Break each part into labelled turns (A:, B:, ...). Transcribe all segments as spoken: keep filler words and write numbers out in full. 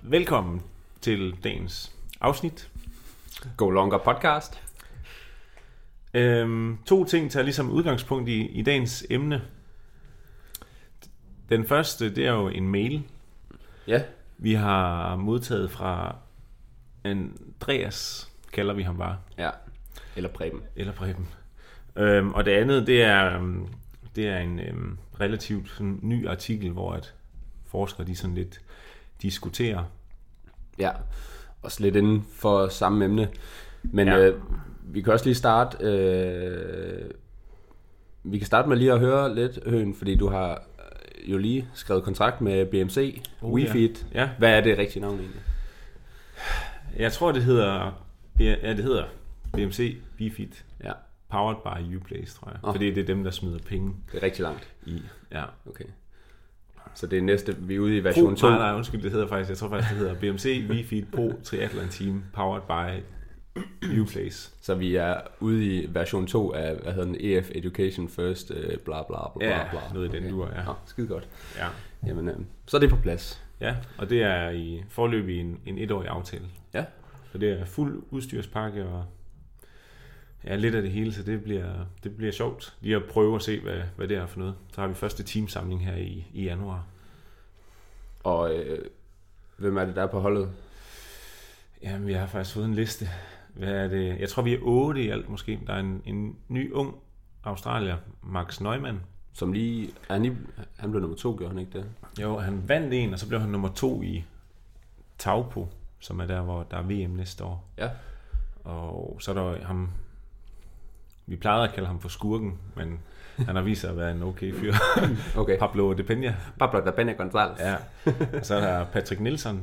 A: Velkommen til dagens afsnit.
B: Go Longer podcast.
A: Øhm, to ting tager ligesom udgangspunkt i, i dagens emne. Den første, det er jo en mail.
B: Ja.
A: Vi har modtaget fra Andreas, kalder vi ham bare.
B: Ja, eller Preben.
A: Eller Preben. Øhm, og det andet, det er, det er en øhm, relativt sådan, ny artikel, hvor at forskere de sådan lidt diskuterer.
B: Ja, også lidt inden for samme emne. Men
A: ja.
B: øh, vi kan også lige starte... Øh, vi kan starte med lige at høre lidt, Høen, fordi du har jo lige skrevet kontrakt med B M C,
A: oh,
B: WeFeed.
A: Ja. Ja.
B: Hvad er det rigtige navn egentlig?
A: Jeg tror, det hedder... Ja, det hedder B M C WeFeed.
B: Ja.
A: Powered by Uplace, tror jeg.
B: Oh.
A: Fordi det er dem, der smider penge.
B: Det er rigtig langt.
A: I, ja.
B: Okay. Så det er næste, vi er ude i version
A: Pro,
B: to.
A: Nej, nej, undskyld, det hedder faktisk, jeg tror faktisk, det hedder B M C WeFeed Pro Triathlon Team Powered by Uplace.
B: Så vi er ude i version to af, hvad hedder den, E F Education First, øh, bla bla bla
A: ja,
B: bla.
A: noget i den
B: okay.
A: dur, ja.
B: Nå, skide godt.
A: Ja.
B: Jamen, øh, så er det på plads.
A: Ja, og det er i forløbig en, en etårig aftale.
B: Ja.
A: Så det er fuld udstyrspakke og ja, lidt af det hele, så det bliver, det bliver sjovt lige at prøve at se, hvad, hvad det er for noget. Så har vi første teamsamling her i, i januar.
B: Og øh, hvem er det, der er på holdet?
A: Jamen, vi har faktisk fået en liste. Hvad er det? Jeg tror, vi er otte i alt måske. Der er en, en ny ung australier, Max Neumann.
B: Som lige... Han, lige, han blev nummer to, gjorde han ikke det?
A: Jo, han vandt en, og så blev han nummer to i Taupo, som er der, hvor der er V M næste år.
B: Ja.
A: Og så er der ham... Vi plejede at kalde ham for skurken, men han har vist sig at være en okay fyr.
B: Okay.
A: Pablo de Peña.
B: Pablo de Peña González.
A: Ja. Og så er der Patrick Nielsen.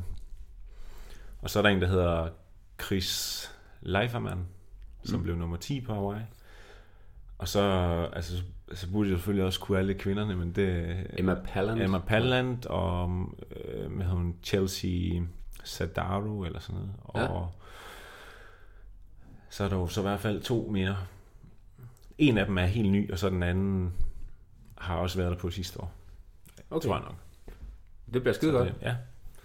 A: Og så er der en, der hedder Chris Leifermann, som mm. blev nummer ti på Hawaii. Og så, altså, så burde jeg selvfølgelig også kunne alle kvinderne, men det...
B: Emma Pallant.
A: Emma Pallant og øh, med hun Chelsea Sadaro eller sådan noget. Og
B: ja.
A: Så er der jo så i hvert fald to mere. En af dem er helt ny, og så den anden har også været der på sidste år.
B: Okay.
A: Tror jeg nok.
B: Det bliver skide godt.
A: Ja.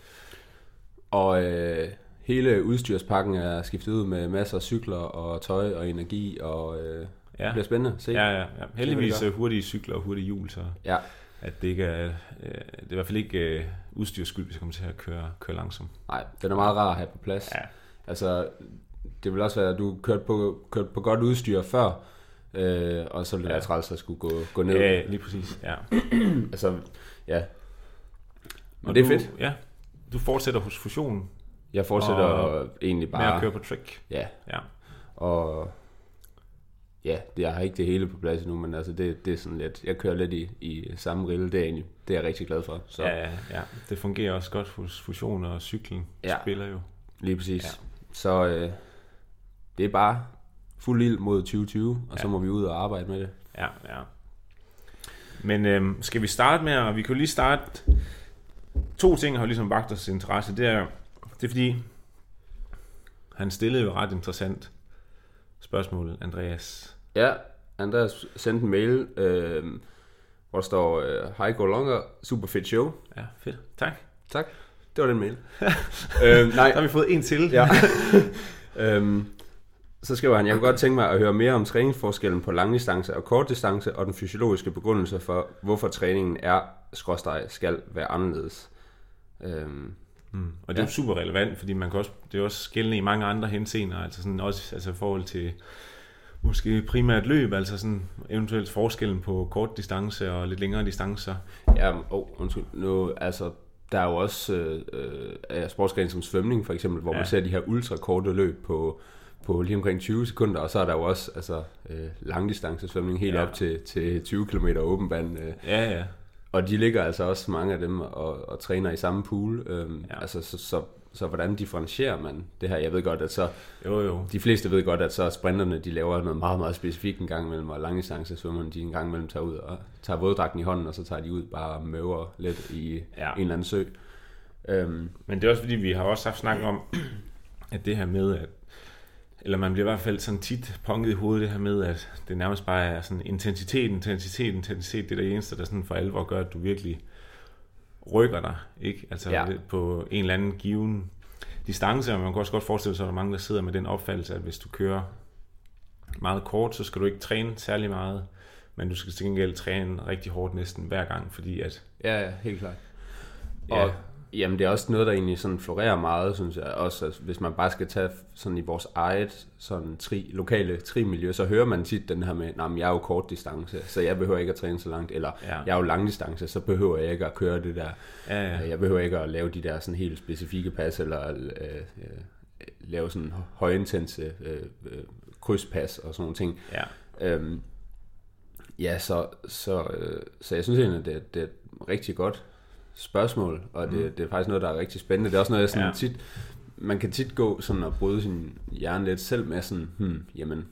B: Og øh, hele udstyrspakken er skiftet ud med masser af cykler og tøj og energi, og øh, ja. Det bliver spændende at se.
A: Ja, ja, ja. Heldigvis hurtige cykler og hurtige hjul, så
B: ja.
A: At det ikke er, øh, det er i hvert fald ikke øh, udstyrsskyld, hvis jeg kommer til at køre, køre langsomt.
B: Nej, den er meget rar at have på plads.
A: Ja.
B: Altså, det vil også være, at du kørte på, kørte på godt udstyr før, øh, og så ville det være træls at skulle gå, gå ned.
A: Ja, lige præcis, ja.
B: Altså, ja. Men
A: og
B: det er
A: du,
B: fedt.
A: Ja, du fortsætter hos Fusion.
B: Jeg fortsætter og egentlig bare...
A: med at køre på trick.
B: Ja.
A: Ja.
B: Og ja, det, jeg har ikke det hele på plads endnu, men altså det, det er sådan lidt... Jeg kører lidt i, i samme rille, det er, egentlig, det er jeg rigtig glad for. Så.
A: Ja, ja, ja, det fungerer også godt hos Fusion, og cyklen ja. Spiller jo.
B: Lige præcis. Ja. Så øh, det er bare fuld ild mod tyve tyve, og ja. Så må vi ud og arbejde med det.
A: Ja, ja. Men øh, skal vi starte med, og vi kan jo lige starte... To ting har ligesom vagt os interesse. Det er, det er fordi, han stillede jo ret interessant spørgsmål, Andreas.
B: Ja, Andreas sendte en mail, øh, hvor der står, Hej, Go Longer, super fedt show.
A: Ja, fedt. Tak.
B: Tak. Det var den mail. øh, nej.
A: Så har vi fået en til.
B: Ja. øhm, så skriver han, jeg kunne godt tænke mig at høre mere om træningsforskellen på langdistance og kortdistance, og den fysiologiske begrundelse for, hvorfor træningen er, skråstreg, skal være anderledes. Øhm,
A: mm. Og det er ja. jo super relevant, fordi man kan også, det er også gældende i mange andre henseender, altså sådan også altså i forhold til måske primært løb, altså sådan eventuelt forskellen på kort distance og lidt længere distancer.
B: Ja, oh, undskyld, nu, altså der er jo også øh, sportsgrene som svømning for eksempel, hvor ja. Man ser de her ultrakorte løb på, på lige omkring tyve sekunder, og så er der jo også altså, øh, langdistance svømning helt ja. Op til, til tyve kilometer åben vand. Øh.
A: Ja, ja.
B: Og de ligger altså også, mange af dem, og, og træner i samme pool. Øhm, ja. Altså, så, så, så hvordan differentierer man det her? Jeg ved godt, at så...
A: Jo, jo.
B: De fleste ved godt, at så sprinterne, de laver noget meget, meget specifikt en gang imellem, og langdistance svømmerne, de en gang imellem tager ud og tager våddragten i hånden, og så tager de ud bare og møver lidt i ja. En eller anden sø. Øhm.
A: Men det er også fordi, vi har også haft snakket om, at det her med, at eller man bliver i hvert fald sådan tit punket i hovedet, det her med, at det nærmest bare er sådan intensitet, intensitet, intensitet, det er det eneste, der sådan for alvor gør, at du virkelig rykker dig, ikke? Altså
B: ja.
A: på en eller anden given distance, og man kan også godt forestille sig, at der er mange, der sidder med den opfattelse, at hvis du kører meget kort, så skal du ikke træne særlig meget, men du skal til gengæld træne rigtig hårdt næsten hver gang, fordi at...
B: Ja, ja, helt klart. Og ja. Jamen, det er også noget, der egentlig sådan florerer meget, synes jeg. Også altså, hvis man bare skal tage sådan i vores eget sådan tri, lokale tri-miljø, så hører man tit den her med, nej, jeg er jo kort distance, så jeg behøver ikke at træne så langt, eller ja. Jeg er jo lang distance, så behøver jeg ikke at køre det der. Ja, ja. Jeg behøver ikke at lave de der sådan helt specifikke pas, eller øh, øh, lave sådan højintense øh, øh, krydspas og sådan nogle ting. Ja, øhm, ja så, så, øh, så jeg synes egentlig, at det, det er et rigtig godt spørgsmål, og det, mm. det er faktisk noget, der er rigtig spændende. Det er også noget, jeg sådan ja. tit, man kan tit gå sådan og bryde sin hjerne lidt selv med sådan, hmm, jamen,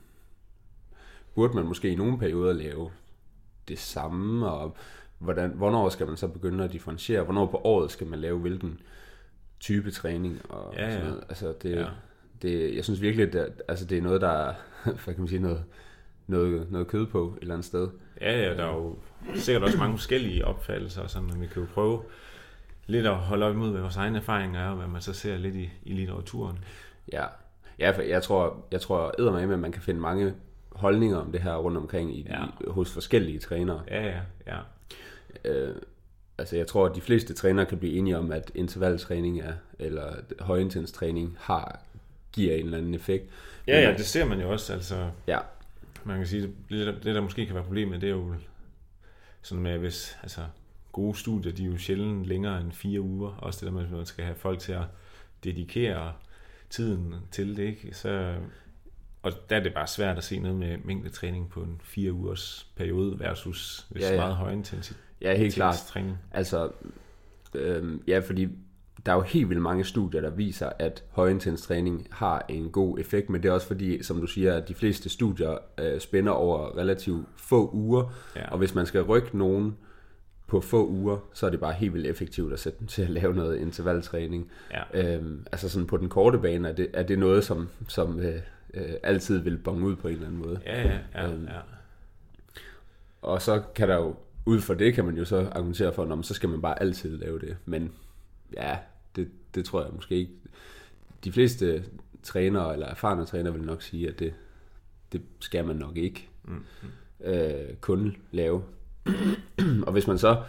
B: burde man måske i nogle perioder lave det samme, og hvordan, hvornår skal man så begynde at differentiere, hvornår på året skal man lave hvilken type træning, og ja, sådan noget. Altså det, ja. det, jeg synes virkelig, at altså det er noget, der er, hvad kan man sige, noget, noget, noget kød på et eller andet sted.
A: Ja, ja, der er jo sikkert også mange forskellige opfattelser, så vi kan jo prøve lidt at holde op imod, hvad vores egne erfaringer er, og hvad man så ser lidt i, i litteraturen.
B: Ja, ja for jeg tror, jeg tror eddermame, at man kan finde mange holdninger om det her rundt omkring i, ja. i, hos forskellige trænere.
A: Ja, ja, ja.
B: Øh, altså jeg tror, at de fleste trænere kan blive enige om, at intervaltræning er, eller højintens træning har, giver en eller anden effekt.
A: Ja, ja, det ser man jo også, altså.
B: Ja.
A: Man kan sige, det, det der måske kan være problemet, det er jo sådan med, hvis altså, gode studier, de er jo sjældent længere end fire uger. Også det der med, at man skal have folk til at dedikere tiden til det, ikke? Så, og der er det bare svært at se noget med mængdetræning på en fire ugers periode versus hvis ja, ja. meget højintensitet.
B: Ja, helt klart. Træning. Altså, øhm, ja, fordi der er jo helt vildt mange studier, der viser, at højintens træning har en god effekt, men det er også fordi, som du siger, at de fleste studier øh, spænder over relativt få uger, ja. Og hvis man skal rykke nogen på få uger, så er det bare helt vildt effektivt at sætte dem til at lave noget intervaltræning. Ja. Øhm, altså sådan på den korte bane er det, er det noget, som, som øh, øh, altid vil bonge ud på en eller anden måde.
A: Ja, ja, ja, øhm, ja.
B: Og så kan der jo, ud fra det kan man jo så argumentere for, at så skal man bare altid lave det, men ja, det, det tror jeg måske ikke. De fleste trænere eller erfarne trænere vil nok sige, at det, det skal man nok ikke mm. øh, kun lave. Og hvis man så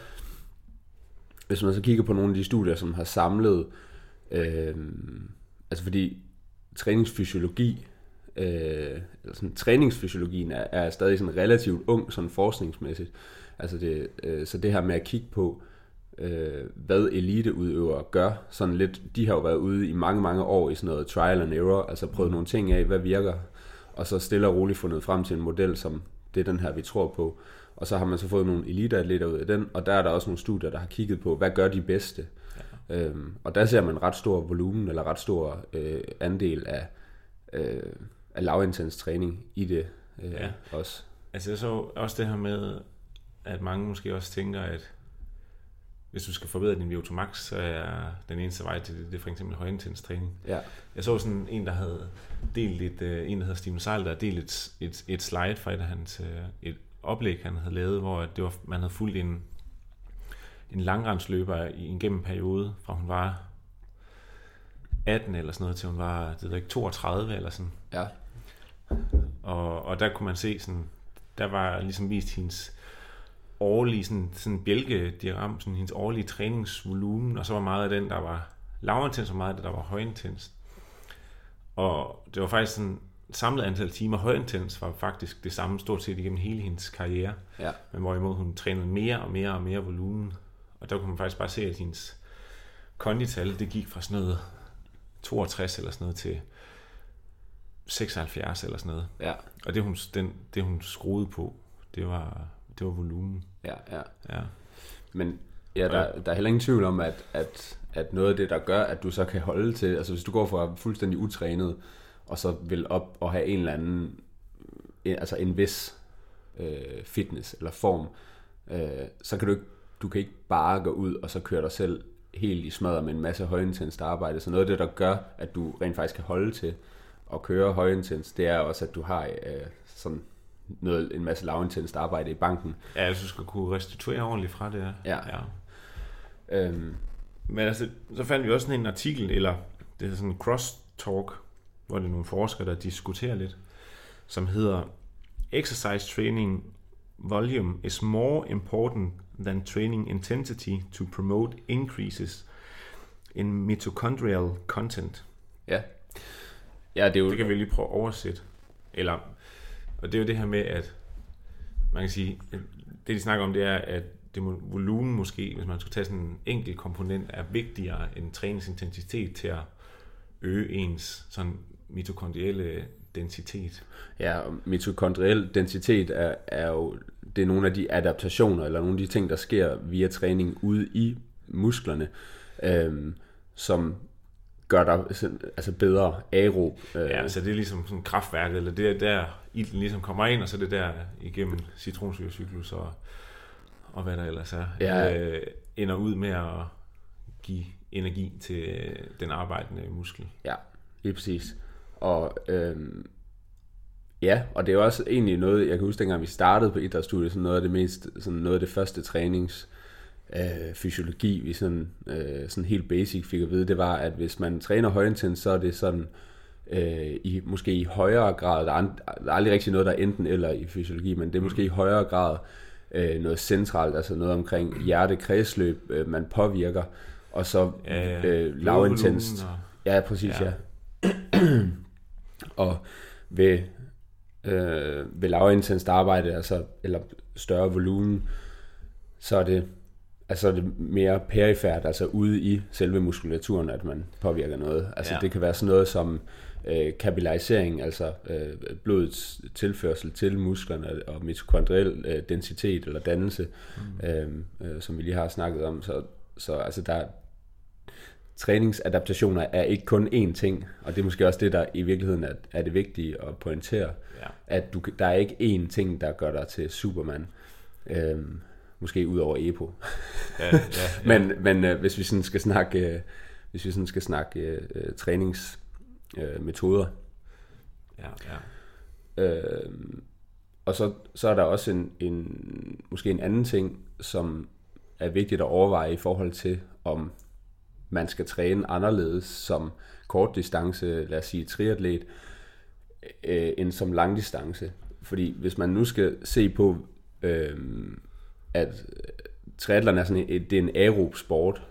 B: hvis man så kigger på nogle af de studier, som har samlet øh, altså fordi træningsfysiologi øh, eller sådan, træningsfysiologien er, er stadig sådan relativt ung sådan forskningsmæssigt. Altså det, øh, så det her med at kigge på øh, hvad eliteudøvere gør, sådan lidt, de har jo været ude i mange mange år i sådan noget trial and error, altså prøvet mm. nogle ting af, hvad virker, og så stille og roligt fundet frem til en model, som det er den her, vi tror på. Og så har man så fået nogle eliteatleter ud af den, og der er der også nogle studier, der har kigget på, hvad gør de bedste. Ja. Øhm, og der ser man ret stor volumen, eller ret stor øh, andel af, øh, af lavintens træning i det øh, ja. også.
A: Altså jeg så også det her med, at mange måske også tænker, at hvis du skal forbedre din V O to max, så er den eneste vej til det, det er for eksempel højintens træning. Ja. Jeg så sådan en, der havde delt et, en der hedder Steven Seil, der havde delt et, et, et slide fra et af hans et oplæg, han havde lavet, hvor det var, man havde fulgt en, en langrendsløber i en gennem periode, fra hun var atten eller sådan noget, til hun var det ved ikke, toogtredive eller sådan. Ja. Og, og der kunne man se sådan, der var ligesom vist hendes årlige sådan, sådan bjælkediagram, sådan hendes årlige træningsvolumen, og så var meget af den, der var lavintens, og meget af det, der var højintens. Og det var faktisk sådan, samlet antal timer højintens var faktisk det samme stort set igennem hele hendes karriere. Ja. Men hvorimod hun trænede mere og mere og mere volumen. Og der kunne man faktisk bare se, at hendes kondital, det gik fra sådan noget toogtres eller sådan noget til seksoghalvfjerds eller sådan noget. Ja. Og det hun, den, det hun skruede på, det var, det var volumen.
B: Ja, ja. ja. Men ja, der, der er heller ingen tvivl om, at, at, at noget af det, der gør, at du så kan holde til, altså hvis du går fra fuldstændig utrænet, og så vil op og have en eller anden, altså en vis øh, fitness eller form, øh, så kan du ikke, du kan ikke bare gå ud og så køre dig selv helt i smadret med en masse højintenst arbejde. Så noget af det, der gør, at du rent faktisk kan holde til at køre højintenst, det er også, at du har øh, sådan noget, en masse lavintenst arbejde i banken.
A: Ja, altså du skal kunne restituere ordentligt fra det.
B: Ja. Øhm.
A: Men altså, så fandt vi også sådan en artikel, eller det er sådan en crosstalk, hvor det er nogle forskere, der diskuterer lidt, som hedder Exercise training volume is more important than training intensity to promote increases in mitochondrial content.
B: Ja. Ja, det er jo...
A: Det kan vi lige prøve at oversætte. Eller, og det er jo det her med, at man kan sige, det de snakker om, det er, at det må, volumen måske, hvis man skulle tage sådan en enkelt komponent, er vigtigere end træningsintensitet til at øge ens sådan mitokondrielle densitet.
B: Ja, og mitokondriel densitet er, er jo, det er nogle af de adaptationer, eller nogle af de ting, der sker via træning ude i musklerne, øhm, som gør dig altså bedre aerob. Øh.
A: Ja, så det er ligesom sådan kraftværket, eller det er der, ilten ligesom kommer ind, og så er det der igennem citronsyrecyklus og, og hvad der ellers er,
B: ja.
A: øh, ender ud med at give energi til den arbejdende muskel.
B: Ja, lige præcis. Og øhm, ja, og det er også egentlig noget, jeg kan huske, dengang vi startede på idrætsstudiet, sådan noget af det mest, sådan noget af det første trænings øh, fysiologi, vi sådan, øh, sådan helt basic fik at vide, det var, at hvis man træner højintens, så er det sådan, øh, i, måske i højere grad, der er, der er aldrig rigtig noget, der er enten eller i fysiologi, men det er måske i højere grad øh, noget centralt, altså noget omkring hjertekredsløb, øh, man påvirker, og så
A: ja,
B: øh, lavintens.
A: Og...
B: Ja, præcis, ja. ja. Og ved, øh, ved lavintens arbejde, altså, eller større volumen, så er det altså er det mere perifært, altså ude i selve muskulaturen, at man påvirker noget. Altså ja. Det kan være sådan noget som øh, kapillarisering, altså øh, blodets tilførsel til musklerne og mitokondriel øh, densitet eller dannelse, mm. øh, øh, som vi lige har snakket om. Så, så altså der træningsadaptationer er ikke kun én ting, og det er måske også det, der i virkeligheden er, er det vigtige at pointere, ja. At du, der er ikke én ting, der gør dig til Superman. Øh, Måske ud over E P O. Ja, ja, ja. men men øh, hvis vi sådan skal snakke, øh, hvis vi sådan skal snakke øh, træningsmetoder.
A: Øh, ja, ja.
B: Øh, og så så er der også en en måske en anden ting, som er vigtigt at overveje i forhold til om man skal træne anderledes som kortdistance, lad os sige triatlet, øh, end som langdistance. Fordi hvis man nu skal se på øh, at triathlon er sådan et, det er en aerob sport,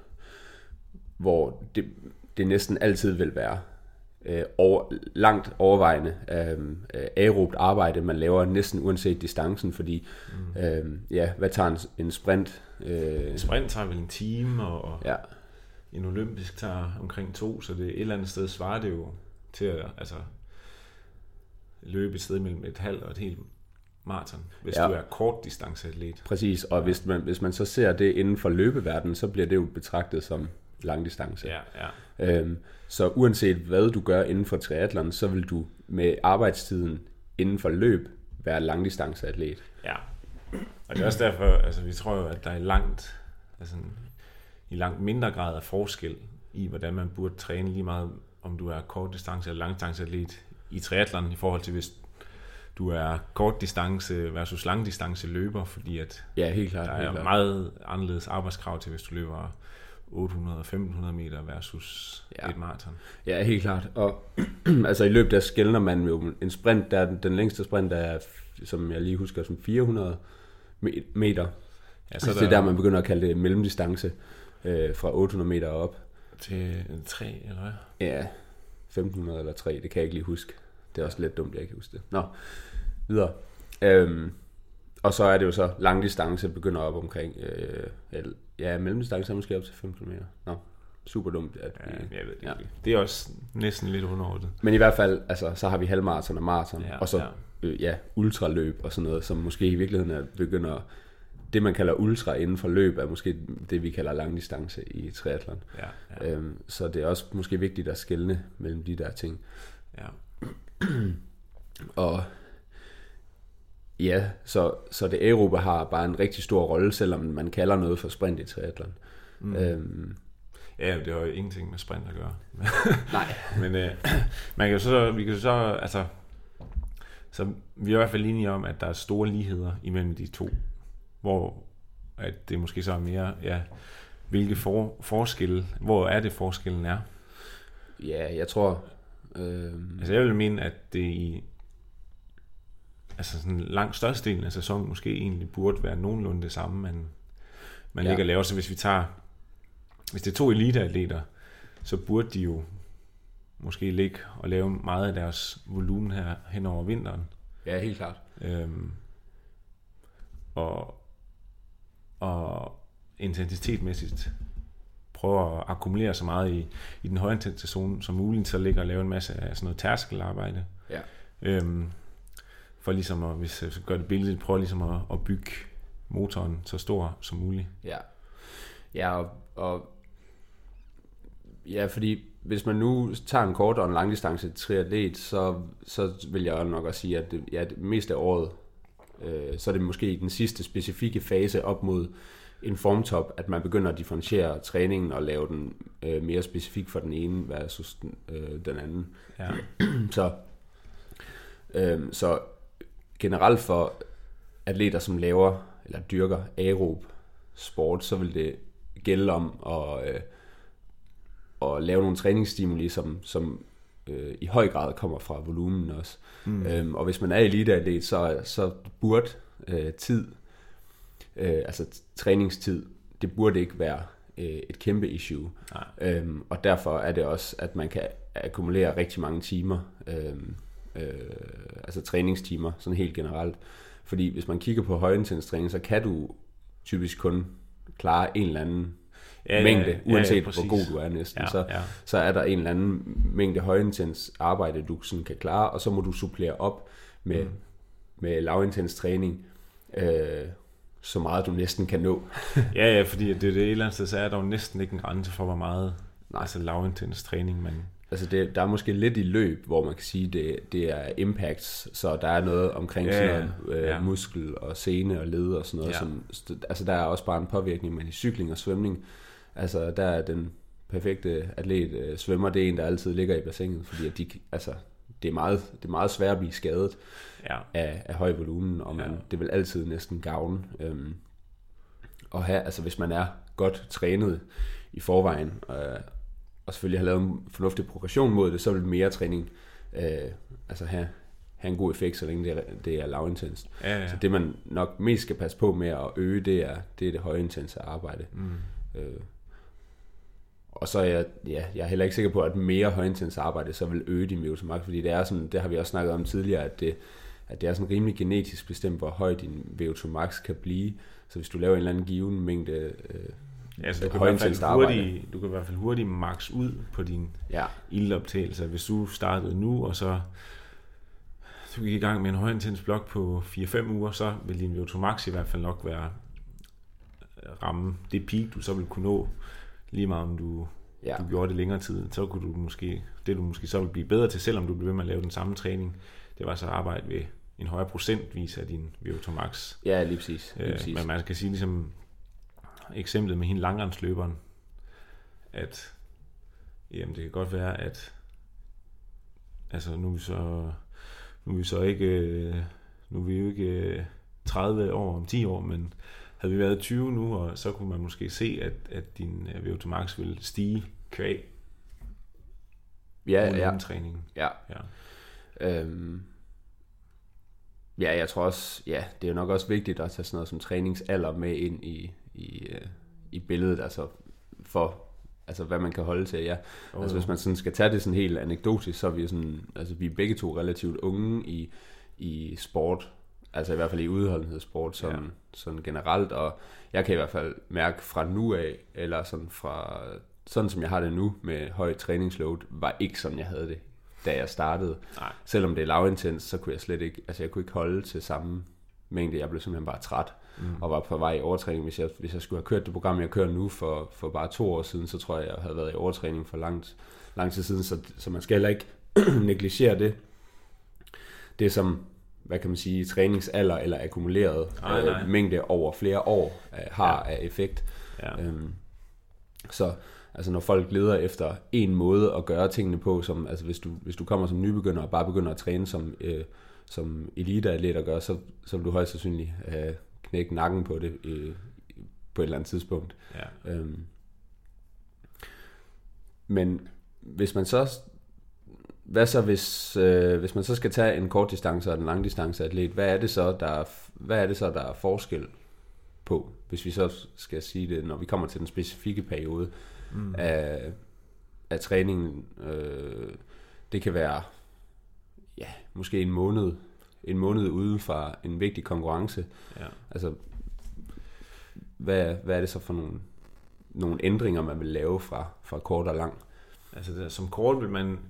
B: hvor det, det næsten altid vil være øh, over, langt overvejende øh, aerobt arbejde, man laver næsten uanset distancen, fordi mm. øh, ja, hvad tager en, en sprint?
A: Øh, en sprint tager vel en time, og
B: ja.
A: En olympisk tager omkring to, så det et eller andet sted svarer det jo til at altså, løbe et sted mellem et halvt og et helt maraton, hvis ja. Du er kortdistanceatlet.
B: Præcis, og ja. hvis, man, hvis man så ser det inden for løbeverdenen, så bliver det jo betragtet som langdistance.
A: Ja, ja.
B: Øhm, så uanset hvad du gør inden for triathlon, så vil du med arbejdstiden inden for løb være langdistanceatlet.
A: Ja, og det er også derfor, altså vi tror jo, at der er langt, altså i langt mindre grad af forskel i, hvordan man burde træne lige meget, om du er kortdistance eller langdistanceatlet i triathlon, i forhold til hvis du er kortdistance versus langdistance løber, fordi at
B: ja, helt klart,
A: der er
B: helt klart.
A: meget anderledes arbejdskrav til, hvis du løber otte hundrede og femten hundrede meter versus ja. Et maraton.
B: Ja, helt klart. Og altså i løbet der skelner man jo en sprint, der den længste sprint er, som jeg lige husker, som fire hundrede meter. Ja, så altså, der, det er der, man begynder at kalde det mellemdistance, øh, fra otte hundrede meter op.
A: Til tre, eller hvad?
B: Ja, femten hundrede eller tre, det kan jeg ikke lige huske. Det er også lidt dumt, jeg ikke huske det. Nå, videre. Øhm, og så er det jo så langdistance begynder op omkring, øh, ja, mellemdistance er måske op til fem kilometer. Nå, super dumt. At
A: vi, ja, jeg ved det
B: ja.
A: ikke. Det er også næsten lidt underordnet.
B: Men i hvert fald, altså, så har vi halvmaraton og maraton,
A: ja,
B: og så
A: ja.
B: Øh, ja, ultraløb og sådan noget, som måske i virkeligheden er, begynder, det man kalder ultra inden for løb, er måske det, vi kalder langdistance i triathlon.
A: Ja, ja.
B: Øhm, så det er også måske vigtigt at skelne mellem de der ting.
A: Ja.
B: Og ja, så, så det aerobe har bare en rigtig stor rolle, selvom man kalder noget for sprint i triathlon.
A: Mm. Øhm, ja, det har jo ingenting med sprint at gøre.
B: Nej.
A: Men øh, man kan jo så, vi kan jo så, altså, så vi er i hvert fald enige om, at der er store ligheder imellem de to, hvor at det måske så er mere, ja, hvilke for, forskelle, hvor er det forskellen er?
B: Ja, jeg tror... Øh...
A: Altså jeg vil mene, at det i altså sådan langt størstedelen af sæsonen måske egentlig burde være nogenlunde det samme, man, man ja. ligger og laver. Så hvis vi tager, hvis det er to eliteatleter, så burde de jo måske ligge og lave meget af deres volumen her hen over vinteren.
B: Ja, helt klart.
A: Øhm, og, og intensitetmæssigt prøve at akkumulere så meget i, i den højintense zone som muligt, så ligger og lave en masse af sådan noget tærskelarbejde.
B: Ja.
A: Øhm, for ligesom at, hvis jeg gør det billigt, prøve ligesom at, at bygge motoren så stor som muligt.
B: Ja, ja og, og ja, fordi hvis man nu tager en kort og en langdistance triatlet, så, så vil jeg nok også sige, at det, ja, det meste af året, øh, så er det måske i den sidste specifikke fase op mod en formtop, at man begynder at differentiere træningen og lave den øh, mere specifik for den ene versus den, øh, den anden.
A: Ja.
B: så, øh, så generelt for atleter, som laver eller dyrker aerob sport, så vil det gælde om at, øh, at lave nogle træningsstimuli, som, som øh, i høj grad kommer fra volumen også. Mm. Øhm, og hvis man er eliteatlet, så, så burde øh, tid, øh, altså træningstid, det burde ikke være øh, et kæmpe issue. Øhm, og derfor er det også, at man kan akkumulere rigtig mange timer, øh, øh, altså træningstimer, sådan helt generelt. Fordi hvis man kigger på højintens træning, så kan du typisk kun klare en eller anden ja, mængde, ja, ja, uanset ja, ja, hvor god du er næsten.
A: Ja,
B: så,
A: ja.
B: så er der en eller anden mængde højintens arbejde, du sådan kan klare, og så må du supplere op med, mm. med lavintens træning, øh, så meget du næsten kan nå.
A: ja, ja, fordi det, det et eller andet sted, så er der jo næsten ikke en grænse for, hvor meget altså lavintens træning man...
B: Altså det, der er måske lidt i løb, hvor man kan sige, det, det er impacts, så der er noget omkring
A: ja,
B: sådan noget, øh,
A: ja.
B: muskel og sene og led og sådan noget.
A: Ja.
B: Som, altså der er også bare en påvirkning, men i cykling og svømning, altså der er den perfekte atlet, øh, svømmer, det er en, der altid ligger i bassinet, fordi at de, altså, det, er meget, det er meget svært at blive skadet
A: ja.
B: af, af høj volumen, og man,
A: ja.
B: det vil altid næsten gavne. Øhm, og her, altså hvis man er godt trænet i forvejen, øh, og selvfølgelig har lavet en fornuftig progression mod det, så vil mere træning øh, altså have, have en god effekt, så længe det er, det er lavintenst.
A: Ja, ja.
B: Så det man nok mest skal passe på med at øge, det er det, er det højintense arbejde. Mm. Øh, og så er jeg, ja, jeg er heller ikke sikker på, at mere højintense arbejde så vil øge din V O to max, fordi det er sådan, det har vi også snakket om tidligere, at det, at det er sådan rimelig genetisk bestemt, hvor høj din V O to max kan blive. Så hvis du laver en eller anden given mængde øh,
A: Ja, så du kan, i hvert fald hurtigt, du kan i hvert fald hurtigt max ud på din
B: ja.
A: ildoptagelse. Hvis du startede nu, og så du gik i gang med en højintens blok på fire fem uger, så vil din V O to max i hvert fald nok være ramme det peak, du så vil kunne nå, lige meget om du, ja. du gjorde det længere tid. Så kunne du måske, det du måske så vil blive bedre til, selvom du bliver ved med at lave den samme træning, det var så at arbejde ved en højere procentvis af din V O to max.
B: Ja, lige præcis. Lige
A: øh,
B: præcis.
A: Men man kan sige ligesom eksemplet med hende langrendsløberen, at jamen det kan godt være, at altså nu er vi så nu er vi så ikke nu er vi jo ikke tredive år om ti år, men havde vi været tyve nu, og så kunne man måske se, at, at din V O to max ville stige kvæg
B: ja, ja.
A: træningen.
B: Ja. Ja. Øhm. Ja, jeg tror også, ja, det er jo nok også vigtigt at tage sådan noget som træningsalder med ind i i, i billedet, altså for altså hvad man kan holde til, ja. Oh, altså hvis man sådan skal tage det sådan helt anekdotisk, så er vi sådan, altså vi er begge to relativt unge i i sport, altså i hvert fald i udholdenhedssport sådan, ja. sådan generelt, og jeg kan i hvert fald mærke fra nu af, eller sådan fra sådan som jeg har det nu med høj træningsload, var ikke som jeg havde det, da jeg startede. Nej. Selvom det er lavintens, så kunne jeg slet ikke, altså jeg kunne ikke holde til samme mængde, jeg blev simpelthen bare træt. Mm. Og var på vej i overtræning. Hvis jeg, hvis jeg skulle have kørt det program, jeg kører nu for, for bare to år siden, så tror jeg, jeg havde været i overtræning for langt, lang tid siden, så, så man skal heller ikke negligere det. Det er som, hvad kan man sige, træningsalder eller akkumuleret nej, nej. Øh, mængde over flere år øh, har ja. af effekt. Ja. Øhm, så altså når folk leder efter en måde at gøre tingene på, som, altså hvis du, hvis du kommer som nybegynder og bare begynder at træne som, øh, som eliteatlet gør, så, så vil du højst sandsynligt øh, knække nakken på det øh, på et eller andet tidspunkt. Ja. Øhm, men hvis man så, hvad så hvis, øh, hvis man så skal tage en kort distance og en lang distance atlet, hvad er det så, der er, hvad er det så, der er forskel på, hvis vi så skal sige det, når vi kommer til den specifikke periode mm. af, af træningen. Øh, det kan være, ja, måske en måned, en måned ude fra en vigtig konkurrence. Ja. Altså, hvad, hvad er det så for nogle, nogle ændringer, man vil lave fra, fra kort og lang?
A: Altså, der, som kort vil man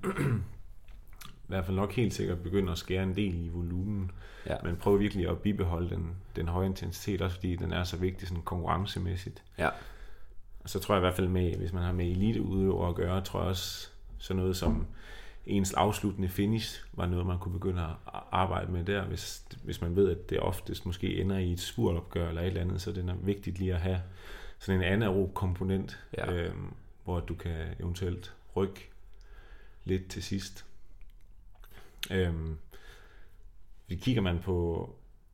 A: i hvert fald nok helt sikkert begynde at skære en del i volumen. Ja. Men prøv virkelig at bibeholde den, den høje intensitet, også fordi den er så vigtig sådan konkurrencemæssigt. Ja. Og så tror jeg i hvert fald med, hvis man har med eliteudøvere at gøre, tror jeg også sådan noget som ens afsluttende finish var noget, man kunne begynde at arbejde med der, hvis, hvis man ved, at det oftest måske ender i et spurtopgør eller et eller andet, så det er vigtigt lige at have sådan en anaerob komponent, ja. øhm, hvor du kan eventuelt rykke lidt til sidst. Øhm, vi kigger man på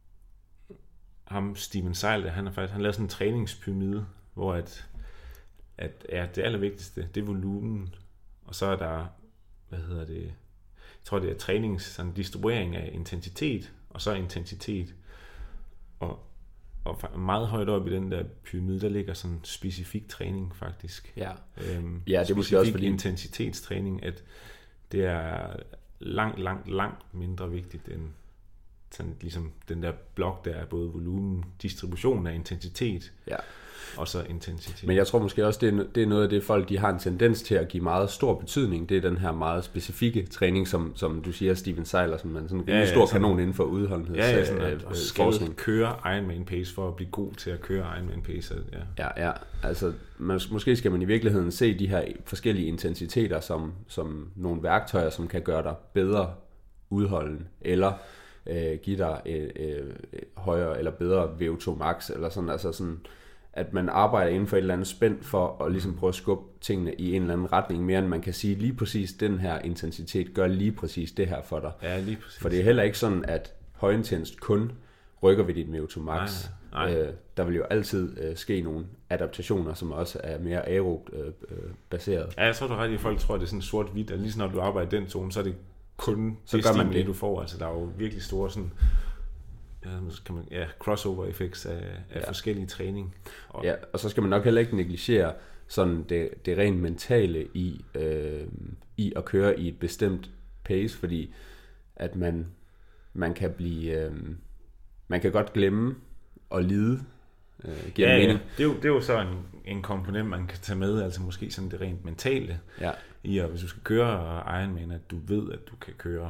A: ham, Steven Seil, han har faktisk han lavet sådan en træningspyramide, hvor at, at ja, det allervigtigste, det er volumen, og så er der, hvad hedder det, jeg tror det er trænings, sådan distribuering af intensitet, og så intensitet, og, og meget højt op i den der pyramide, der ligger sådan specifik træning faktisk.
B: Ja,
A: øhm,
B: ja det er måske også fordi
A: intensitetstræning, at det er langt, langt, langt mindre vigtigt end sådan ligesom den der blok, der er både volumen, distribution af intensitet, ja. Og så intensitet.
B: Men jeg tror måske også, det er, det er noget af det, folk de har en tendens til at give meget stor betydning. Det er den her meget specifikke træning, som, som du siger, Steven Seil, som man sådan en ja, ja, stor sådan, kanon inden for udholdenhed.
A: Ja, ja, sådan at, øh, skal køre Ironman pace for at blive god til at køre Ironman pace. Ja,
B: ja, ja. Altså man, måske skal man i virkeligheden se de her forskellige intensiteter som, som nogle værktøjer, som kan gøre dig bedre udholden, eller øh, give dig øh, øh, højere eller bedre V O to max, eller sådan, altså sådan, at man arbejder inden for et eller andet spænd for at ligesom prøve at skubbe tingene i en eller anden retning, mere end man kan sige lige præcis, den her intensitet gør lige præcis det her for dig.
A: Ja, lige præcis.
B: For det er heller ikke sådan, at højintenst kun rykker ved dit V O to max. Nej, nej. Øh, der vil jo altid øh, ske nogle adaptationer, som også er mere aerobt øh, øh, baseret.
A: Ja, jeg tror du ret i, at folk tror, at det er sådan sort-hvidt, at lige så når du arbejder i den zone, så er det kun
B: så, så
A: det
B: gør man det,
A: du får. Altså, der er jo virkelig store sådan kan man, ja, crossover effects af, af ja. forskellige træning.
B: Og ja, og så skal man nok heller ikke negligere sådan det, det rent mentale i, øh, i at køre i et bestemt pace, fordi at man, man kan blive, øh, man kan godt glemme at lide. Øh,
A: ja, ja. Det, er jo, det er jo så en, en komponent, man kan tage med, altså måske sådan det rent mentale ja. i, at hvis du skal køre Ironman, at du ved, at du kan køre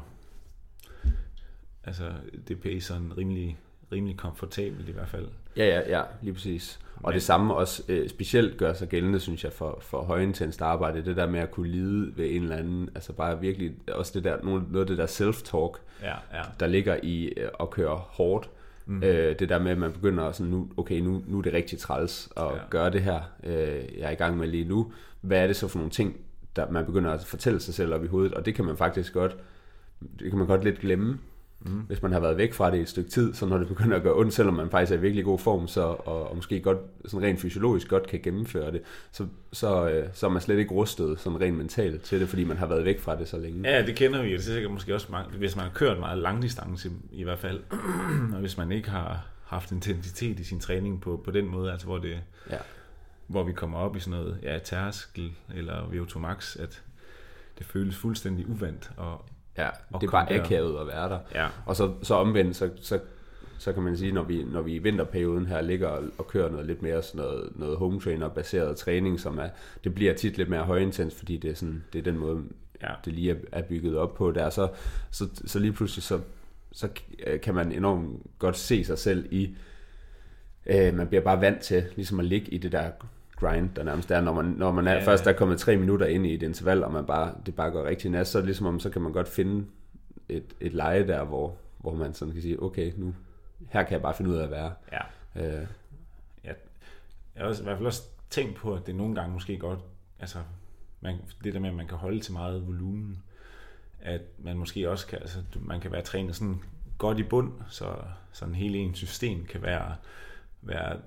A: altså det pace sådan rimelig, rimelig komfortabelt i hvert fald.
B: Ja, ja, ja, lige præcis. Og Men. det samme også øh, specielt gør sig gældende, synes jeg, for, for højintenst arbejde. Det der med at kunne lide ved en eller anden, altså bare virkelig, også det der, noget af det der self-talk, ja, ja. der ligger i øh, at køre hårdt. Mm. Øh, det der med, at man begynder sådan, nu, okay, nu, nu er det rigtig træls at ja. gøre det her, øh, jeg er i gang med lige nu. Hvad er det så for nogle ting, der man begynder at fortælle sig selv op i hovedet, og det kan man faktisk godt, det kan man godt lidt glemme. Mm. Hvis man har været væk fra det i et stykke tid, så når det begynder at gøre ondt, selvom man faktisk er i virkelig god form, så, og, og måske godt, sådan rent fysiologisk godt kan gennemføre det, så, så, øh, så er man slet ikke rustet sådan rent mentalt til det, fordi man har været væk fra det så længe.
A: Ja, det kender vi, det er sikkert måske også mange, hvis man har kørt meget langdistance i hvert fald, og hvis man ikke har haft intensitet i sin træning på, på den måde, altså hvor, det, ja. hvor vi kommer op i sådan noget ja, tærskel eller V O to max, at det føles fuldstændig uvandt og
B: ja, det er bare akavet at være der. Ja. Og så, så omvendt, så, så, så kan man sige, når vi, når vi i vinterperioden her ligger og, og kører noget lidt mere sådan noget, noget home trainer baseret træning, som er, det bliver tit lidt mere højintens, fordi det er, sådan, det er den måde, ja. det lige er, er bygget op på der. Så, så, så lige pludselig, så, så kan man enormt godt se sig selv i, øh, man bliver bare vant til ligesom at ligge i det der grind, der nærmest er, når man, når man er, ja, først er kommet tre minutter ind i et interval, og man bare, det bare går rigtig næst, så ligesom om, så kan man godt finde et, et leje der, hvor, hvor man sådan kan sige, okay, nu, her kan jeg bare finde ud af at være. Ja. Øh.
A: Ja. Jeg har også, i hvert fald også tænkt på, at det nogle gange måske godt, altså, man, det der med, at man kan holde til meget volumen, at man måske også kan, altså, man kan være trænet sådan godt i bund, så sådan hele ens system kan være, være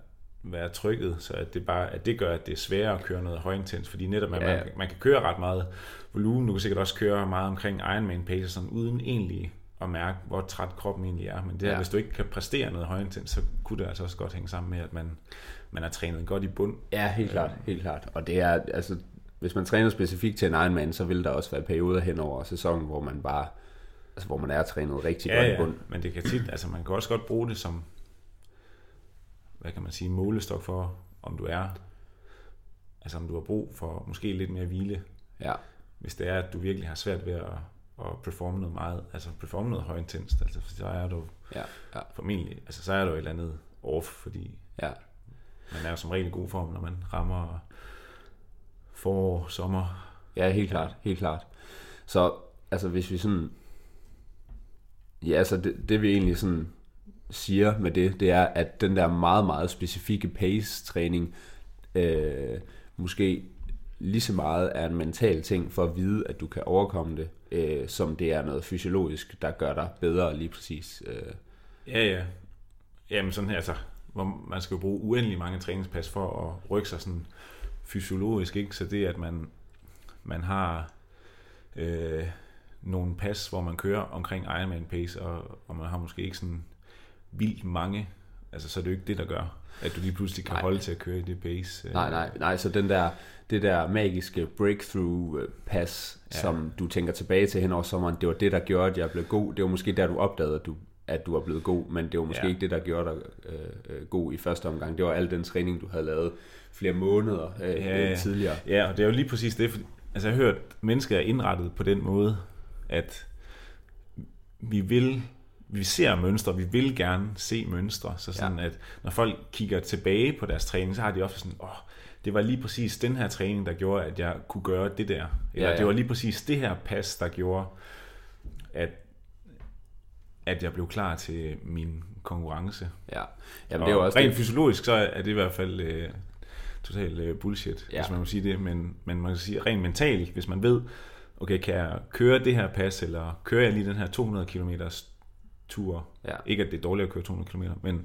A: være trykket, så at det, bare, at det gør, at det er sværere at køre noget højintens, fordi netop at
B: Ja.
A: man, man kan køre ret meget volumen, du kan sikkert også køre meget omkring Ironman pacer, sådan, uden egentlig at mærke, hvor træt kroppen egentlig er. Men det her,
B: Ja.
A: hvis du ikke kan præstere noget højintens, så kunne det altså også godt hænge sammen med, at man, man er trænet godt i bund.
B: Ja, helt klart, helt klart. Og det er, altså, hvis man træner specifikt til en Ironman, så vil der også være perioder hen over sæsonen, hvor man bare, altså hvor man er trænet rigtig
A: Ja,
B: godt i
A: ja,
B: bund.
A: men det kan tit, altså man kan også godt bruge det som, hvad kan man sige, målestok for, om du er, altså om du har brug for måske lidt mere hvile,
B: Ja,
A: hvis det er, at du virkelig har svært ved at, at performe noget meget, altså performe noget højintenst, altså så er du
B: ja, ja,
A: formentlig, altså så er du et eller andet off, fordi
B: ja.
A: man er jo som regel i god form, når man rammer forår, sommer.
B: Ja, helt klart, helt klart. Så altså hvis vi sådan, ja, altså det, det vi egentlig sådan siger med det, det er, at den der meget, meget specifikke pace-træning, øh, måske lige så meget er en mental ting for at vide, at du kan overkomme det, øh, som det er noget fysiologisk, der gør dig bedre lige præcis. Øh.
A: Ja, ja. Jamen sådan her, altså, hvor man skal jo bruge uendelig mange træningspas for at rykke sig sådan fysiologisk, ikke? Så det, at man, man har øh, nogle pas, hvor man kører omkring Ironman pace, og, og man har måske ikke sådan vildt mange, altså så er det jo ikke det, der gør, at du lige pludselig kan
B: Nej.
A: holde til at køre i det pace.
B: Nej, nej, nej, så den der, det der magiske breakthrough-pas,
A: Ja.
B: som du tænker tilbage til hen over sommeren, det var det, der gjorde, at jeg blev god. Det var måske der, du opdagede, at du, at du var blevet god, men det var måske
A: Ja.
B: ikke det, der gjorde dig øh, god i første omgang. Det var al den træning, du havde lavet flere måneder øh,
A: Ja, ja.
B: tidligere.
A: Ja, og det er jo lige præcis det, for, altså jeg har hørt, at mennesker er indrettet på den måde, at vi vil, vi ser mønstre, vi vil gerne se mønstre, så sådan
B: Ja.
A: at når folk kigger tilbage på deres træning, så har de ofte sådan, åh, det var lige præcis den her træning, der gjorde, at jeg kunne gøre det der, eller
B: Ja, ja.
A: det var lige præcis det her pas, der gjorde, at at jeg blev klar til min konkurrence.
B: Ja,
A: Jamen,
B: jamen det er jo også
A: rent
B: det.
A: fysiologisk, så er det i hvert fald øh, totalt øh, bullshit,
B: Ja.
A: hvis man må sige det, men, men man kan sige rent mentalt, hvis man ved, okay, kan jeg køre det her pas, eller kører jeg lige den her to hundrede kilometers tur,
B: Ja.
A: ikke at det er dårligt at køre to hundrede kilometer, men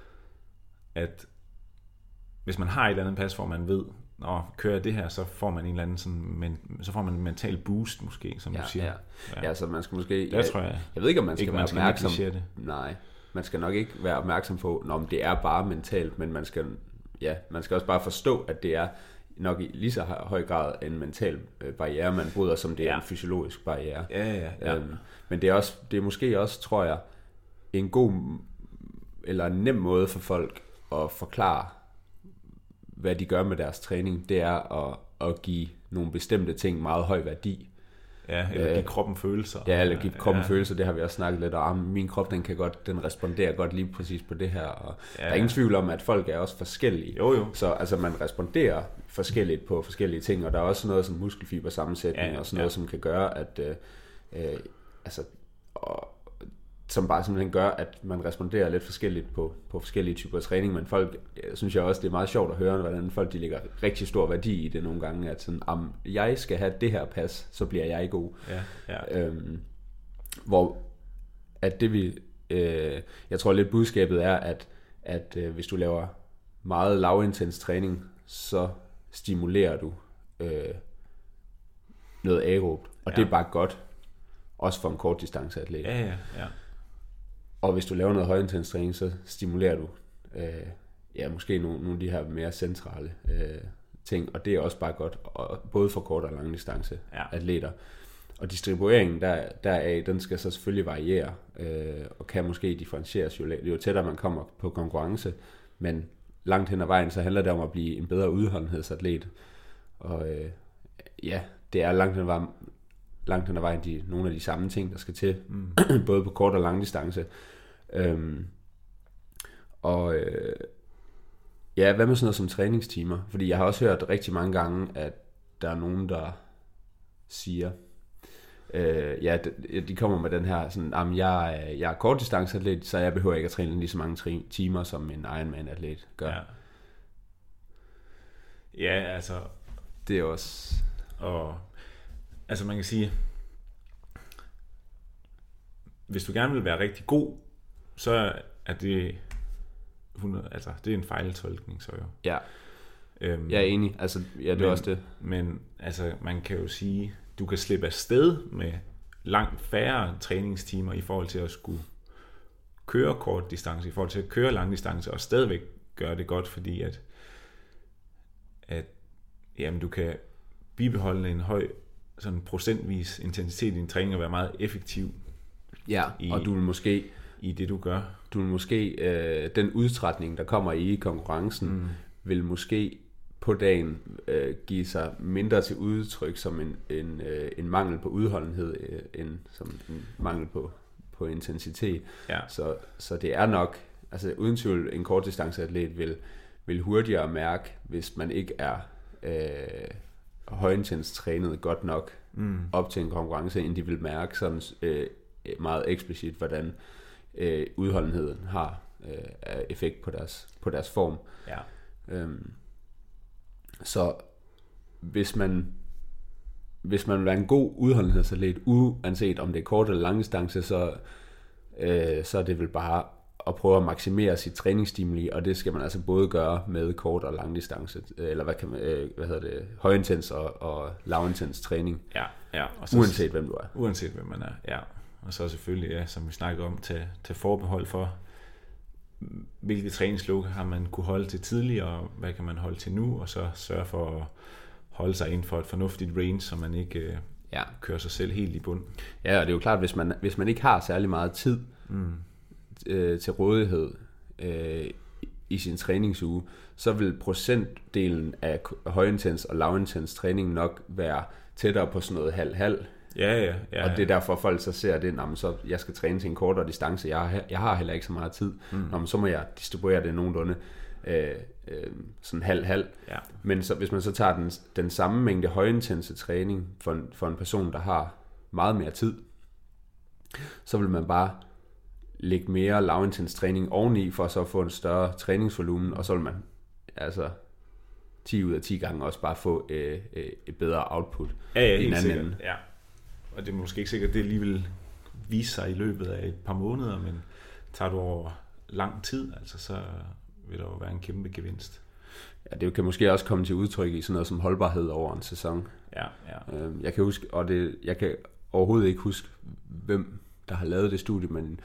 A: at hvis man har et eller andet pas, hvor man ved, når kører jeg det her, så får man en eller anden sådan, men, så får man en mental boost måske, som
B: Ja,
A: du siger.
B: ja. Ja, så man skal måske...
A: Det
B: jeg,
A: tror jeg.
B: Jeg ved ikke, om man skal
A: Ikke,
B: være
A: man skal
B: opmærksom.
A: negligere det.
B: Nej, man skal nok ikke være opmærksom på, om det er bare mentalt, men man skal, ja, man skal også bare forstå, at det er nok i lige så høj grad en mental øh, barriere, man bryder, som det er
A: Ja.
B: en fysiologisk barriere.
A: Ja, ja, ja.
B: Øhm, men det er, også, det er måske også, tror jeg, en god eller en nem måde for folk at forklare, hvad de gør med deres træning, det er at, at give nogle bestemte ting meget høj værdi.
A: Ja, eller give kroppen følelser.
B: Ja, eller give kroppen
A: ja.
B: følelser, det har vi også snakket lidt om. Min krop, den kan godt, den responderer godt lige præcis på det her. Og
A: Ja.
B: der er ingen tvivl om, at folk er også forskellige.
A: Jo, jo.
B: Så altså, man responderer forskelligt på forskellige ting, og der er også noget som muskelfibersammensætning,
A: Ja,
B: og sådan noget,
A: ja.
B: som kan gøre, at øh, øh, altså, og, som bare simpelthen gør, at man responderer lidt forskelligt på, på forskellige typer af træning, men folk, jeg synes jeg også, det er meget sjovt at høre, hvordan folk de lægger rigtig stor værdi i det nogle gange, at sådan, om jeg skal have det her pas, så bliver jeg god.
A: Ja, ja.
B: Øhm, hvor at det vi, øh, jeg tror lidt budskabet er, at, at øh, hvis du laver meget lavintens træning, så stimulerer du øh, noget aerobt, og
A: Ja.
B: det er bare godt, også for en kortdistanceatlet.
A: Ja, ja, ja.
B: Og hvis du laver noget højintens træning, så stimulerer du øh, ja, måske nogle, nogle af de her mere centrale øh, ting, og det er også bare godt, og både for kort og lang distance
A: Ja.
B: atleter. Og distribueringen der, deraf, den skal så selvfølgelig variere, øh, og kan måske differentieres jo, jo tættere man kommer på konkurrence, men langt hen ad vejen, så handler det om at blive en bedre udholdenhedsatlet. Og øh, ja, det er langt hen ad vejen, langt hen ad vejen de, nogle af de samme ting, der skal til, mm. både på kort og lang distance. Øhm, og øh, ja, hvad med sådan noget som træningstimer? Fordi jeg har også hørt rigtig mange gange, at der er nogen, der siger, øh, ja, de, de kommer med den her, sådan, jamen, jeg, jeg er kortdistanceatlet, så jeg behøver ikke at træne lige så mange tri- timer, som en Ironman-atlet gør.
A: Ja. Ja, altså,
B: Det er også...
A: og altså man kan sige, hvis du gerne vil være rigtig god, så er det hundrede, altså det er en fejltolkning så jo.
B: Ja,
A: øhm,
B: jeg er enig. Altså, ja, det
A: men,
B: er også det.
A: Men altså, man kan jo sige, du kan slippe afsted med langt færre træningstimer i forhold til at skulle køre kort distance, i forhold til at køre lang distance, og stadigvæk gøre det godt, fordi at, at jamen, du kan bibeholde en høj sådan procentvis intensitet i din træning og være meget effektiv.
B: Ja,
A: i,
B: og du vil måske
A: i det du gør.
B: Du vil måske øh, den udstrækning der kommer i konkurrencen mm. vil måske på dagen øh, give sig mindre til udtryk som en en, øh, en mangel på udholdenhed øh, end som en mangel på på intensitet.
A: Ja.
B: Så så det er nok altså uden tvivl en kortdistanceatlet vil vil hurtigere mærke, hvis man ikke er øh, højintens trænet godt nok mm. op til en konkurrence, end de vil mærke sådan øh, meget eksplicit, hvordan øh, udholdenheden har øh, effekt på deres, på deres form.
A: Ja.
B: Øhm, så hvis man hvis man vil være en god udholdenhedsatlet, uanset om det er kort eller lang distance, så, øh, så er det vel bare at prøve at maksimere sit træningsstimuli, og det skal man altså både gøre med kort og lang distance, eller hvad kan man, øh, hvad hedder det, højintens og, og lavintens træning.
A: Ja, ja. Og så,
B: uanset hvem du er.
A: Uanset hvem man er, ja. Og så selvfølgelig, ja, som vi snakkede om, til, til forbehold for, hvilke træningsluk har man kunne holde til tidligere, og hvad kan man holde til nu, og så sørge for at holde sig inden for et fornuftigt range, så man ikke øh,
B: ja.
A: kører sig selv helt i bund.
B: Ja, og det er jo klart, hvis man, hvis man ikke har særlig meget tid mm. øh, til rådighed øh, i sin træningsuge, så vil procentdelen af højintens og lavintens træning nok være tættere på sådan noget halv-halv.
A: Ja, ja, ja.
B: Og det er derfor, folk så ser det, når man så jeg skal træne til en kortere distance, jeg har, jeg har heller ikke så meget tid, mm. når man, så må jeg distribuere det nogenlunde øh, øh, sådan halv-halv.
A: Ja.
B: Men så, hvis man så tager den, den samme mængde højintense træning for en, for en person, der har meget mere tid, så vil man bare lægge mere lavintens træning oveni, for så at få en større træningsvolumen, og så vil man altså ti ud af ti gange også bare få øh, øh, et bedre output.
A: Ja, ja, helt sikkert. Ja. Og det er måske ikke sikkert, at det lige vil vise sig i løbet af et par måneder, men tager du over lang tid, altså, så vil der jo være en kæmpe gevinst.
B: Ja, det kan måske også komme til udtryk i sådan noget som holdbarhed over en sæson.
A: Ja, ja.
B: Jeg kan huske, og det, jeg kan overhovedet ikke huske, hvem der har lavet det studie, men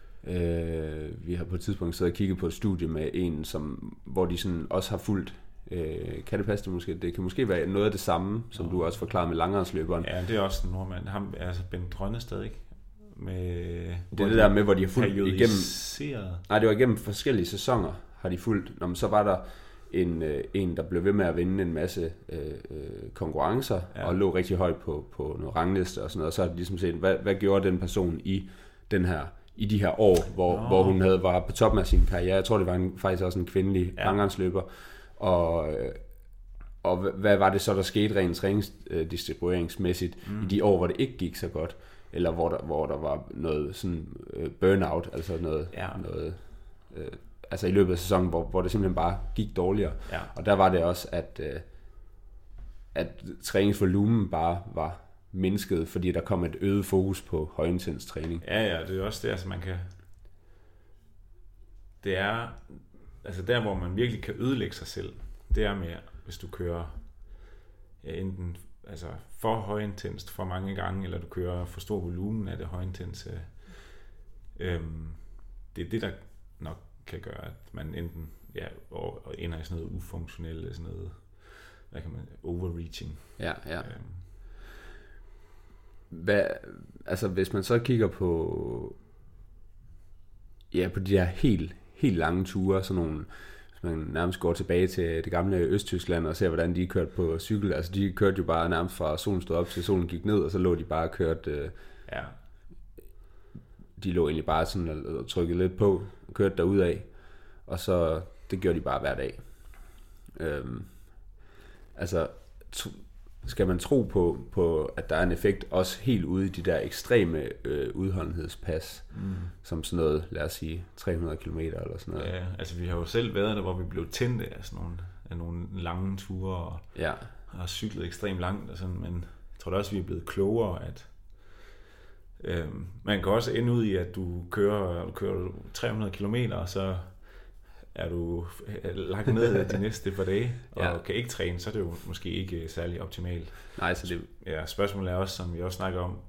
B: øh, vi har på et tidspunkt siddet og kigget på et studie med en, som, hvor de sådan også har fulgt. Øh, kan det passe det måske? Det kan måske være noget af det samme, som Nå. du også forklarede med langrendsløberen.
A: Ja, det er også en nordmand. Ham, altså Bent Rønnestad, ikke? Med,
B: det er det der med, hvor de har fulgt
A: igennem...
B: Nej, det var igennem forskellige sæsoner, har de fulgt. Nå, men så var der en, øh, en, der blev ved med at vinde en masse øh, konkurrencer, ja. og lå rigtig højt på, på nogle rangliste og sådan noget. Og så har de ligesom set, hvad, hvad gjorde den person i den her i de her år, hvor, hvor hun havde var på toppen af sin karriere. Jeg tror, det var en, faktisk også en kvindelig ja. langrendsløber. Og, og hvad var det så, der skete rent træningsdistribueringsmæssigt mm. i de år, hvor det ikke gik så godt, eller hvor der, hvor der var noget sådan uh, burnout, altså noget,
A: ja.
B: noget uh, altså i løbet af sæsonen, hvor, hvor det simpelthen bare gik dårligere.
A: Ja.
B: Og der var det også, at, uh, at træningsvolumen bare var mindsket, fordi der kom et øget fokus på højintens træning.
A: Ja, ja, det er også det, altså man kan... Det er... Altså der, hvor man virkelig kan ødelægge sig selv, det er med, hvis du kører ja, enten altså for højintenst for mange gange, eller du kører for stor volumen af det højintense. Øhm, det er det, der nok kan gøre, at man enten ja, og, og ender i sådan noget ufunktionelt, sådan noget, hvad kan man, overreaching.
B: Ja, ja.
A: Øhm.
B: Hvad, altså hvis man så kigger på ja, på de her helt helt lange ture, sådan nogle, hvis man nærmest går tilbage til det gamle Østtyskland og ser, hvordan de kørte på cykel. Altså, de kørte jo bare nærmest fra solen stod op til solen gik ned, og så lå de bare og kørte... Øh,
A: ja.
B: De lå egentlig bare sådan og trykkede lidt på, og kørte derudad, og så, det gjorde de bare hver dag. Øhm, altså, t- skal man tro på, på, at der er en effekt også helt ude i de der ekstreme øh, udholdenhedspas, mm. som sådan noget, lad os sige, tre hundrede kilometer eller sådan noget.
A: Ja, altså vi har jo selv været der, hvor vi blev tændte af sådan nogle, af nogle lange ture, og
B: ja.
A: har cyklet ekstremt langt, og sådan, men jeg tror da også, vi er blevet klogere, at øh, man kan også ende ud i, at du kører, du kører tre hundrede kilometer, og så er du lagt ned de næste par dage, og
B: ja.
A: kan ikke træne, så er det jo måske ikke særlig optimalt.
B: Nej, så det...
A: Ja, spørgsmålet er også, som vi også snakker om,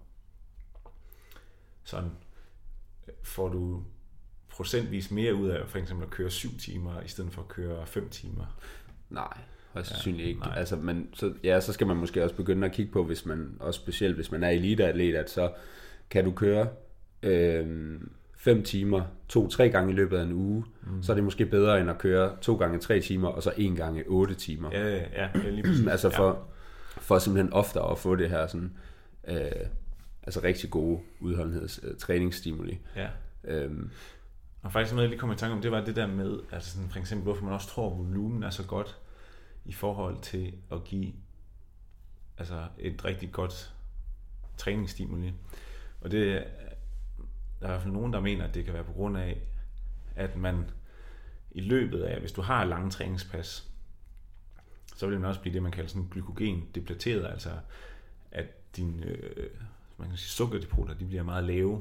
A: sådan, får du procentvis mere ud af for eksempel at køre syv timer, i stedet for at køre fem timer?
B: Nej, højst sandsynligt ikke.
A: Nej.
B: Altså, men, så, ja, så skal man måske også begynde at kigge på, hvis man, også specielt hvis man er eliteatlet, at så kan du køre øh, fem timer, to-tre gange i løbet af en uge, mm. så er det måske bedre end at køre to gange tre timer, og så en gange otte timer.
A: Ja, ja, ja, ja lige præcis.
B: Altså for,
A: ja.
B: for simpelthen oftere at få det her sådan, øh, altså rigtig gode udholdenheds øh, træningsstimuli.
A: Ja.
B: Øhm,
A: og faktisk noget, jeg lige kom i tanke om, det var det der med, altså sådan, for eksempel, hvorfor man også tror, at volumen er så godt i forhold til at give altså et rigtig godt træningsstimuli. Og det er, der er i hvert fald nogen, der mener, at det kan være på grund af, at man i løbet af, hvis du har lange træningspas, så vil det også blive det, man kalder sådan glykogen depleteret, altså at dine øh, man kan sige, sukkerdepoter, de bliver meget lave.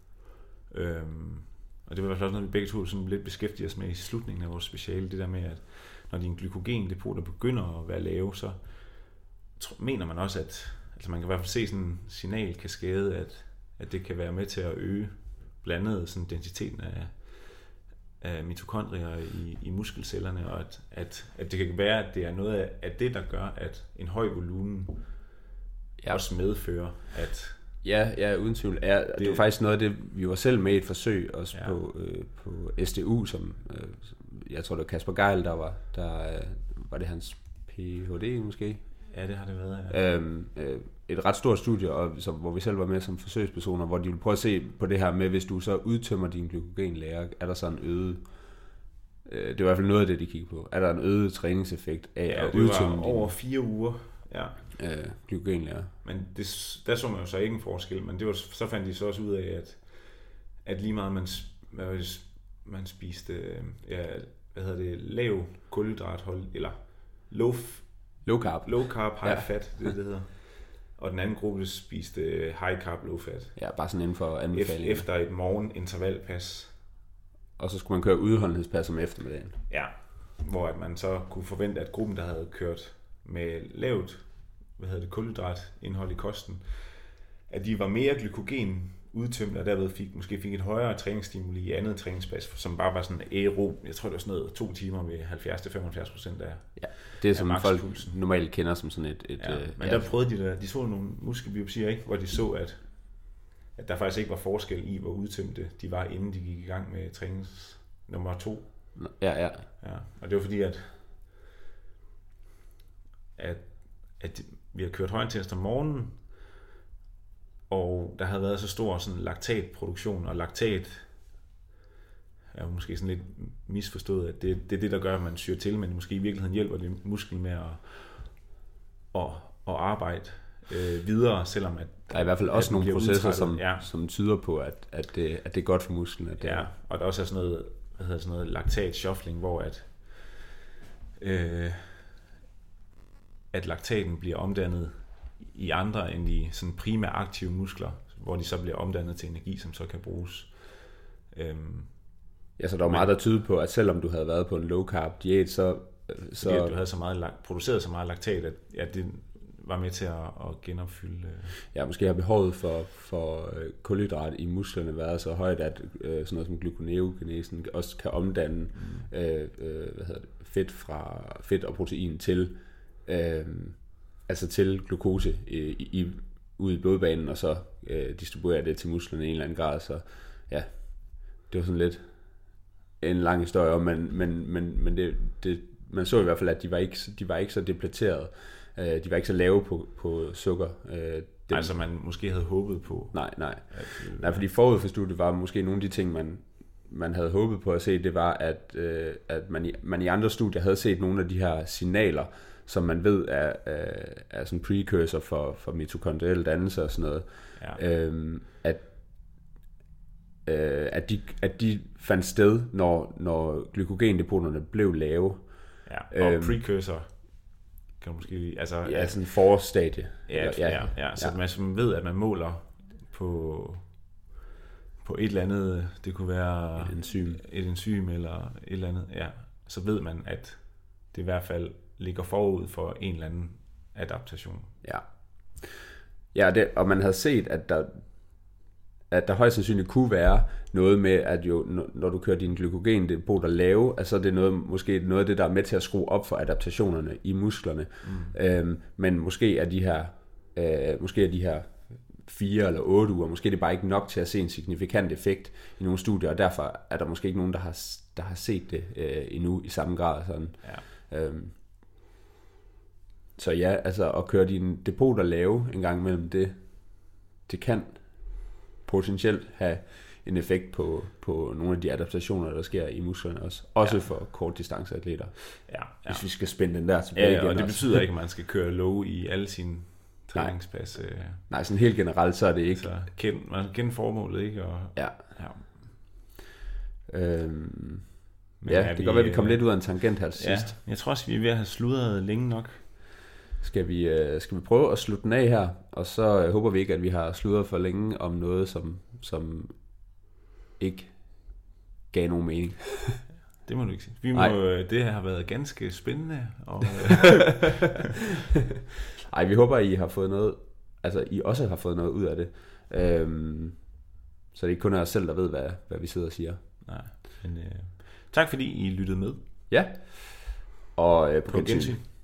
A: Øhm, og det var i hvert fald også noget, vi begge to sådan lidt beskæftiger os med i slutningen af vores speciale, det der med, at når dine glykogendepoter begynder at være lave, så mener man også, at altså man kan i hvert fald se sådan en signalkaskade, at, at det kan være med til at øge blandt andet sådan densiteten af, af mitokondrier i, i muskelcellerne, og at, at, at det kan være, at det er noget af, af det, der gør, at en høj volumen ja. også medfører, at
B: Ja, ja, uden tvivl. Ja, det, det var faktisk noget af det, vi var selv med i et forsøg, også ja. på, øh, på S D U, som øh, jeg tror, det var Kasper Geil, der var, der øh, var det hans P H D måske?
A: Ja, det har det været, ja.
B: Øhm, øh, et ret stort studie, og, så, hvor vi selv var med som forsøgspersoner, hvor de ville prøve at se på det her med, hvis du så udtømmer din glykogenlager, er der så en øget, øh, det var i hvert fald noget af det, de kiggede på, er der en øget træningseffekt af
A: ja,
B: at udtømme
A: din over fire uger, ja.
B: Øh, glykogenlager.
A: Men det, der så man jo så ikke en forskel, men det var, så fandt de så også ud af, at, at lige meget man, man spiste ja, hvad hedder det, lav kulhydrathold, eller low,
B: low carb,
A: low carb high
B: ja.
A: fat, det det hedder. Og den anden gruppe spiste high carb low fat.
B: Ja, bare sådan inden for anbefalinger.
A: Efter et morgenintervalpas.
B: Og så skulle man køre udholdenhedspas om eftermiddagen.
A: Ja, hvor at man så kunne forvente, at gruppen, der havde kørt med lavt hvad hedder det, kulhydratindhold i kosten, at de var mere glykogen udtømt, og derved fik, måske fik et højere træningsstimuli i andet træningspas, som bare var sådan aerob, jeg tror det var sådan noget to timer ved halvfjerds til femoghalvfjerds procent af
B: ja, det er som folk normalt kender som sådan et... et
A: ja,
B: øh,
A: men ja. Der prøvede de der, de så nogle muskelbiopsier, ikke, hvor de så, at, at der faktisk ikke var forskel i, hvor udtømte de var, inden de gik i gang med trænings nummer to.
B: Ja, ja.
A: Ja, og det var fordi, at at, at vi har kørt højintens om morgenen, og der havde været så stor sådan laktatproduktion, og laktat er jo måske sådan lidt misforstået, at det, det er det, der gør, at man syrer til, men måske i virkeligheden hjælper det musklen med at, at, at arbejde øh, videre, selvom at
B: der er i hvert fald også nogle processer, som,
A: ja.
B: som tyder på, at, at, det, at det er godt for musklen. At det
A: ja, og der også er sådan noget, hvad hedder sådan noget laktat shuffling, hvor at øh, at laktaten bliver omdannet i andre end de sådan primært aktive muskler, hvor de så bliver omdannet til energi, som så kan bruges. Øhm,
B: ja, så der var meget, der tyder på, at selvom du havde været på en low carb diæt, så... så
A: fordi, du havde så meget, produceret så meget laktat, at ja, det var med til at, at genopfylde... Øh.
B: Ja, måske har behovet for, for kulhydrat i musklerne været så højt, at øh, sådan noget som gluconeogenesen også kan omdanne mm. øh, øh, hvad hedder det, fedt, fra, fedt og protein til... Øh, altså til glukose i, i, ude i blodbanen, og så øh, distribuere det til musklerne i en eller anden grad, så ja, det var sådan lidt en lang historie om, men, men, men, men det, det, man så i hvert fald, at de var ikke, de var ikke så depleterede, øh, de var ikke så lave på, på sukker. Øh, det,
A: altså man måske havde håbet på?
B: Nej, nej. At, nej, fordi forud for studiet var måske nogle af de ting, man, man havde håbet på at se, det var, at, øh, at man, i, man i andre studier havde set nogle af de her signaler, som man ved er, er, er sådan precursor for, for mitokondriel dannelse og sådan noget, ja. øhm, at, øh, at, de, at de fandt sted, når, når glykogendepoterne blev lave.
A: Ja, og øhm, precursor kan måske altså...
B: Ja, sådan en forstadie.
A: Ja, ja, ja, ja, så ja. Man som ved, at man måler på, på et eller andet, det kunne være
B: et enzym,
A: et enzym eller et eller andet, ja, så ved man, at det i hvert fald ligger forud for en eller anden adaptation.
B: Ja, ja det, og man havde set, at der, at der højst sandsynligt kunne være noget med, at jo, når du kører din glykogendepot der lave, altså det er noget, måske noget af det, der er med til at skrue op for adaptationerne i musklerne. Mm. Øhm, men måske er de her, øh, måske er de her fire eller otte uger, måske er det bare ikke nok til at se en signifikant effekt i nogle studier, og derfor er der måske ikke nogen, der har, der har set det øh, endnu i samme grad. Sådan. Ja. Øhm, så ja, altså at køre din depoter lave en gang imellem, det, det kan potentielt have en effekt på, på nogle af de adaptationer, der sker i musklerne også. Også ja. For kortdistanceatleter.
A: Ja, ja.
B: Hvis vi skal spænde den der tilbage
A: ja, ja,
B: igen.
A: Og det
B: også.
A: betyder ikke, at man skal køre low i alle sine træningspas.
B: Nej. Nej, sådan helt generelt, så er det ikke.
A: Så kend, man kender formålet, ikke? Og,
B: ja.
A: ja.
B: Øhm, ja, det kan godt være, at vi kommer lidt ud af en tangent her til
A: ja,
B: sidst.
A: Jeg tror også, vi er ved at have sludret længe nok.
B: Skal vi, øh, skal vi prøve at slutte den af her, og så øh, håber vi ikke, at vi har sludret for længe om noget, som, som ikke gav nogen mening.
A: Det må du ikke sige. Vi må, det her har været ganske spændende. Og,
B: Ej, vi håber, I har fået noget, altså I også har fået noget ud af det. Øhm, så det ikke kun er os selv, der ved, hvad, hvad vi sidder og siger.
A: Nej, men øh, tak fordi I lyttede med.
B: Ja, og øh, på,
A: på gensyn.